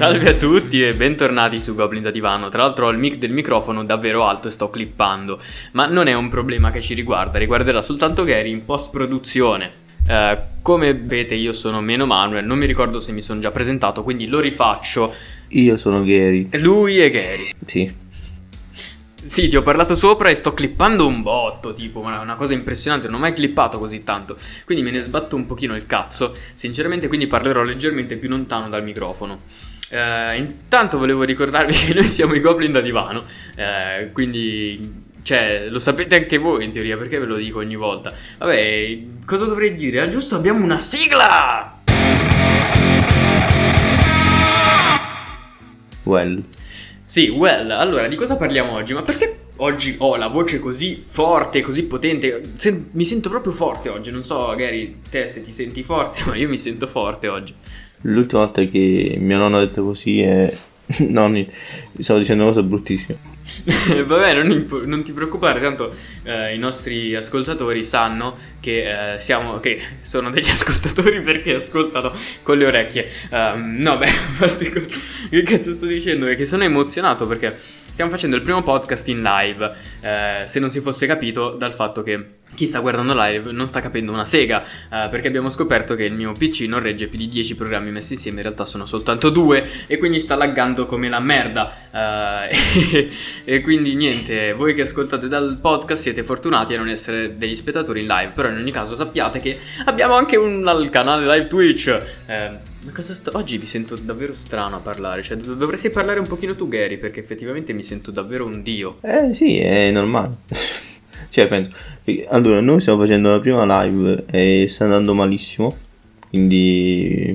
Salve a tutti e bentornati su Goblin da Divano. Tra l'altro ho il mic del microfono davvero alto e sto clippando, ma non è un problema che ci riguarda, riguarderà soltanto Gary in post-produzione. Come vedete io sono meno Manuel, non mi ricordo se mi sono già presentato, quindi lo rifaccio. Io sono Gary. Lui è Gary. Sì, ti ho parlato sopra e sto clippando un botto, tipo una cosa impressionante, non ho mai clippato così tanto, quindi me ne sbatto un pochino il cazzo, sinceramente, quindi parlerò leggermente più lontano dal microfono. Intanto volevo ricordarvi che noi siamo i Goblin da Divano, quindi... cioè, lo sapete anche voi in teoria, perché ve lo dico ogni volta. Vabbè, cosa dovrei dire? Ah, giusto, abbiamo una sigla! Sì, allora, di cosa parliamo oggi? Ma perché oggi ho la voce così forte, così potente? Mi sento proprio forte oggi, non so, Gary, te se ti senti forte, ma io mi sento forte oggi. L'ultima volta che mio nonno ha detto così è... no, stavo dicendo una cosa bruttissima. Vabbè, non ti preoccupare, tanto i nostri ascoltatori sanno che che sono degli ascoltatori perché ascoltano con le orecchie. No, beh, che cazzo sto dicendo? È che sono emozionato perché stiamo facendo il primo podcast in live. Se non si fosse capito dal fatto che chi sta guardando live non sta capendo una sega, perché abbiamo scoperto che il mio PC non regge più di 10 programmi messi insieme, in realtà sono soltanto 2 e quindi sta laggando come la merda. E quindi niente, voi che ascoltate dal podcast siete fortunati a non essere degli spettatori in live, però in ogni caso sappiate che abbiamo anche un canale live Twitch. Ma oggi mi sento davvero strano a parlare, cioè dovresti parlare un pochino tu, Gary, perché effettivamente mi sento davvero un dio. Sì, è normale. Cioè, penso. Allora, noi stiamo facendo la prima live e sta andando malissimo. Quindi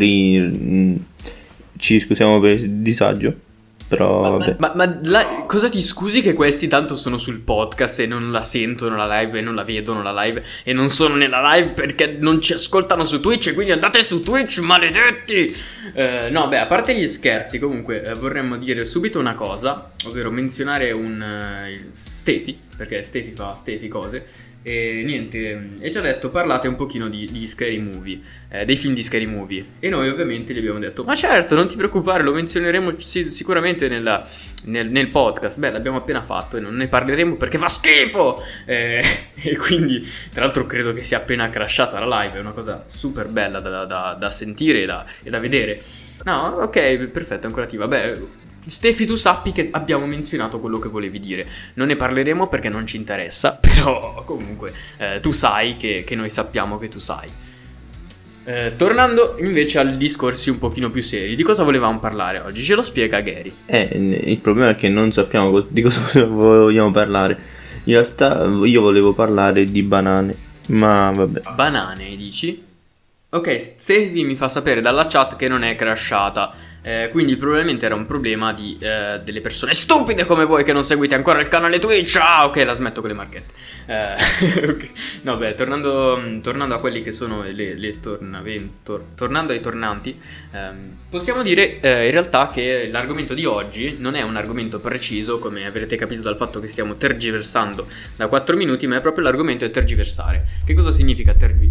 ci scusiamo per il disagio. Però vabbè. Ma cosa ti scusi che questi tanto sono sul podcast e non la sentono la live e non la vedono la live e non sono nella live perché non ci ascoltano su Twitch, e quindi andate su Twitch, maledetti! No, beh, a parte gli scherzi, comunque vorremmo dire subito una cosa, ovvero menzionare Stefi, perché Stefi fa Stefi cose. E niente, e ci ha detto parlate un pochino di Scary Movie, dei film di Scary Movie, e noi ovviamente gli abbiamo detto ma certo, non ti preoccupare, lo menzioneremo sicuramente nel podcast. Beh, l'abbiamo appena fatto e non ne parleremo perché fa schifo, e quindi tra l'altro credo che sia appena crashata la live, è una cosa super bella da sentire e da vedere. No, ok, perfetto, ancora ti va. Beh, Stefi, tu sappi che abbiamo menzionato quello che volevi dire. Non ne parleremo perché non ci interessa, però comunque tu sai che noi sappiamo che tu sai. Tornando invece ai discorsi un pochino più seri, di cosa volevamo parlare oggi? Ce lo spiega Gary. Il problema è che non sappiamo di cosa vogliamo parlare. In realtà io volevo parlare di banane, ma vabbè. Banane, dici? Ok, Stefi mi fa sapere dalla chat che non è crashata. Quindi probabilmente era un problema delle persone stupide come voi che non seguite ancora il canale Twitch. Ah, ok, la smetto con le marchette. Okay. No, beh, tornando a quelli che sono tornando ai tornanti, possiamo dire in realtà che l'argomento di oggi non è un argomento preciso, come avrete capito dal fatto che stiamo tergiversando da 4 minuti, ma è proprio l'argomento è tergiversare. Che cosa significa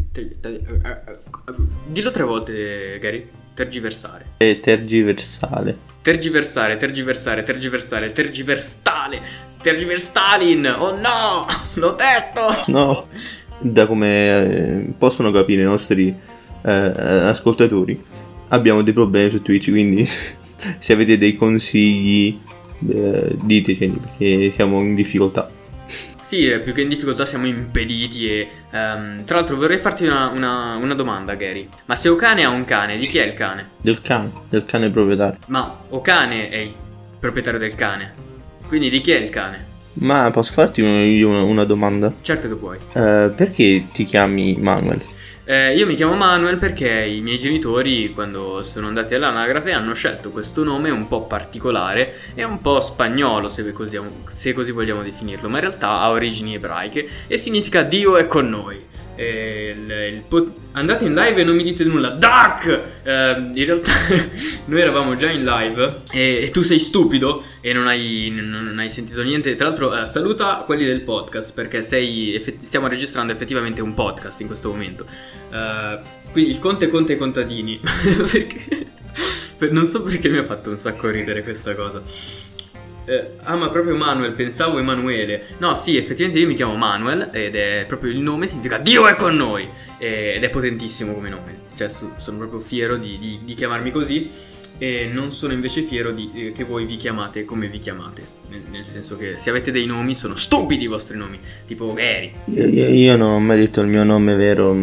dillo 3 volte, Gary. Tergiversare. Tergiversale. Tergiverstalin. Oh no, l'ho detto. No. Da come possono capire i nostri ascoltatori, abbiamo dei problemi su Twitch, quindi se avete dei consigli diteceli, perché siamo in difficoltà. Sì, più che in difficoltà siamo impediti e tra l'altro vorrei farti una domanda, Gary. Ma se Okane ha un cane, di chi è il cane? Del cane proprietario. Ma Okane è il proprietario del cane, quindi di chi è il cane? Ma posso farti una domanda? Certo che puoi. Perché ti chiami Manuel? Io mi chiamo Manuel perché i miei genitori, quando sono andati all'anagrafe, hanno scelto questo nome un po' particolare e un po' spagnolo, se così vogliamo definirlo, ma in realtà ha origini ebraiche e significa Dio è con noi. Andate in live e non mi dite nulla. Duck! In realtà noi eravamo già in live e tu sei stupido e non hai sentito niente. Tra l'altro saluta quelli del podcast, perché stiamo registrando effettivamente un podcast in questo momento. Qui il conte e i contadini. Non so perché mi ha fatto un sacco ridere questa cosa. Ma proprio Manuel, pensavo Emanuele. No, sì, effettivamente io mi chiamo Manuel ed è proprio il nome, significa Dio è con noi. Ed è potentissimo come nome. Cioè, sono proprio fiero di chiamarmi così. E non sono invece fiero che voi vi chiamate come vi chiamate. Nel senso che se avete dei nomi sono stupidi i vostri nomi. Tipo Gary. Io non ho mai detto il mio nome vero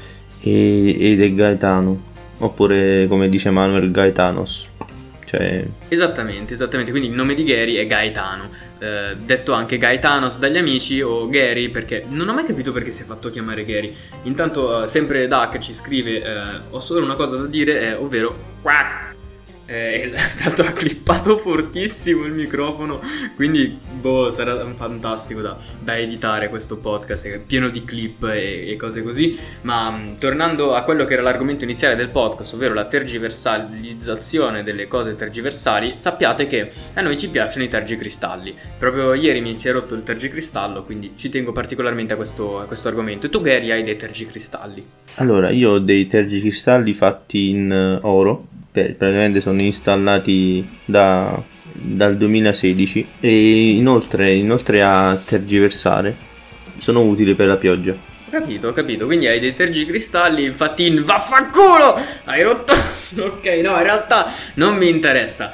ed è Gaetano. Oppure come dice Manuel, Gaetanos. Cioè... Esattamente, quindi il nome di Gary è Gaetano, detto anche Gaetanos dagli amici o Gary, perché non ho mai capito perché si è fatto chiamare Gary. Intanto sempre Duck ci scrive, ho solo una cosa da dire, ovvero quack. Tra l'altro ha clippato fortissimo il microfono, quindi sarà fantastico da editare questo podcast, è pieno di clip e cose così. Ma tornando a quello che era l'argomento iniziale del podcast, ovvero la tergiversalizzazione delle cose tergiversali, sappiate che a noi ci piacciono i tergicristalli. Proprio ieri mi si è rotto il tergicristallo, quindi ci tengo particolarmente a questo argomento. E tu, Gary, hai dei tergicristalli? Allora, io ho dei tergicristalli fatti in oro. Praticamente sono installati dal 2016 e inoltre a tergiversare sono utili per la pioggia. Ho capito, quindi hai dei tergicristalli fatti in vaffanculo! Hai rotto? Ok, no, in realtà non mi interessa.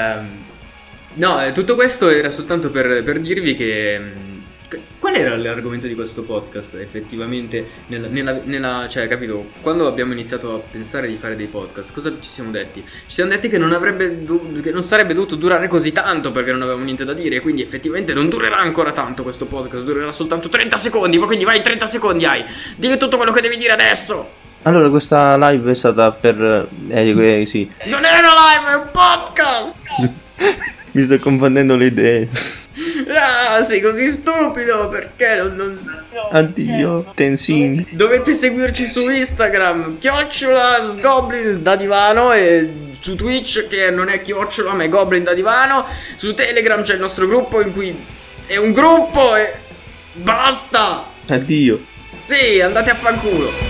No, tutto questo era soltanto per dirvi che... Qual era l'argomento di questo podcast effettivamente cioè, capito, quando abbiamo iniziato a pensare di fare dei podcast, cosa ci siamo detti? Ci siamo detti che che non sarebbe dovuto durare così tanto perché non avevamo niente da dire, quindi effettivamente non durerà ancora tanto questo podcast, durerà soltanto 30 secondi, quindi vai, 30 secondi hai, digli tutto quello che devi dire adesso. Allora, questa live è stata per... sì. Non è una live, è un podcast! Mi sto confondendo le idee. Ah, sei così stupido, perché non... Addio, Tenzin. Dovete seguirci su Instagram, @Sgoblin da divano, e su Twitch che non è @ ma è Goblin da divano. Su Telegram c'è il nostro gruppo in cui è un gruppo e basta. Addio. Sì, andate a fanculo.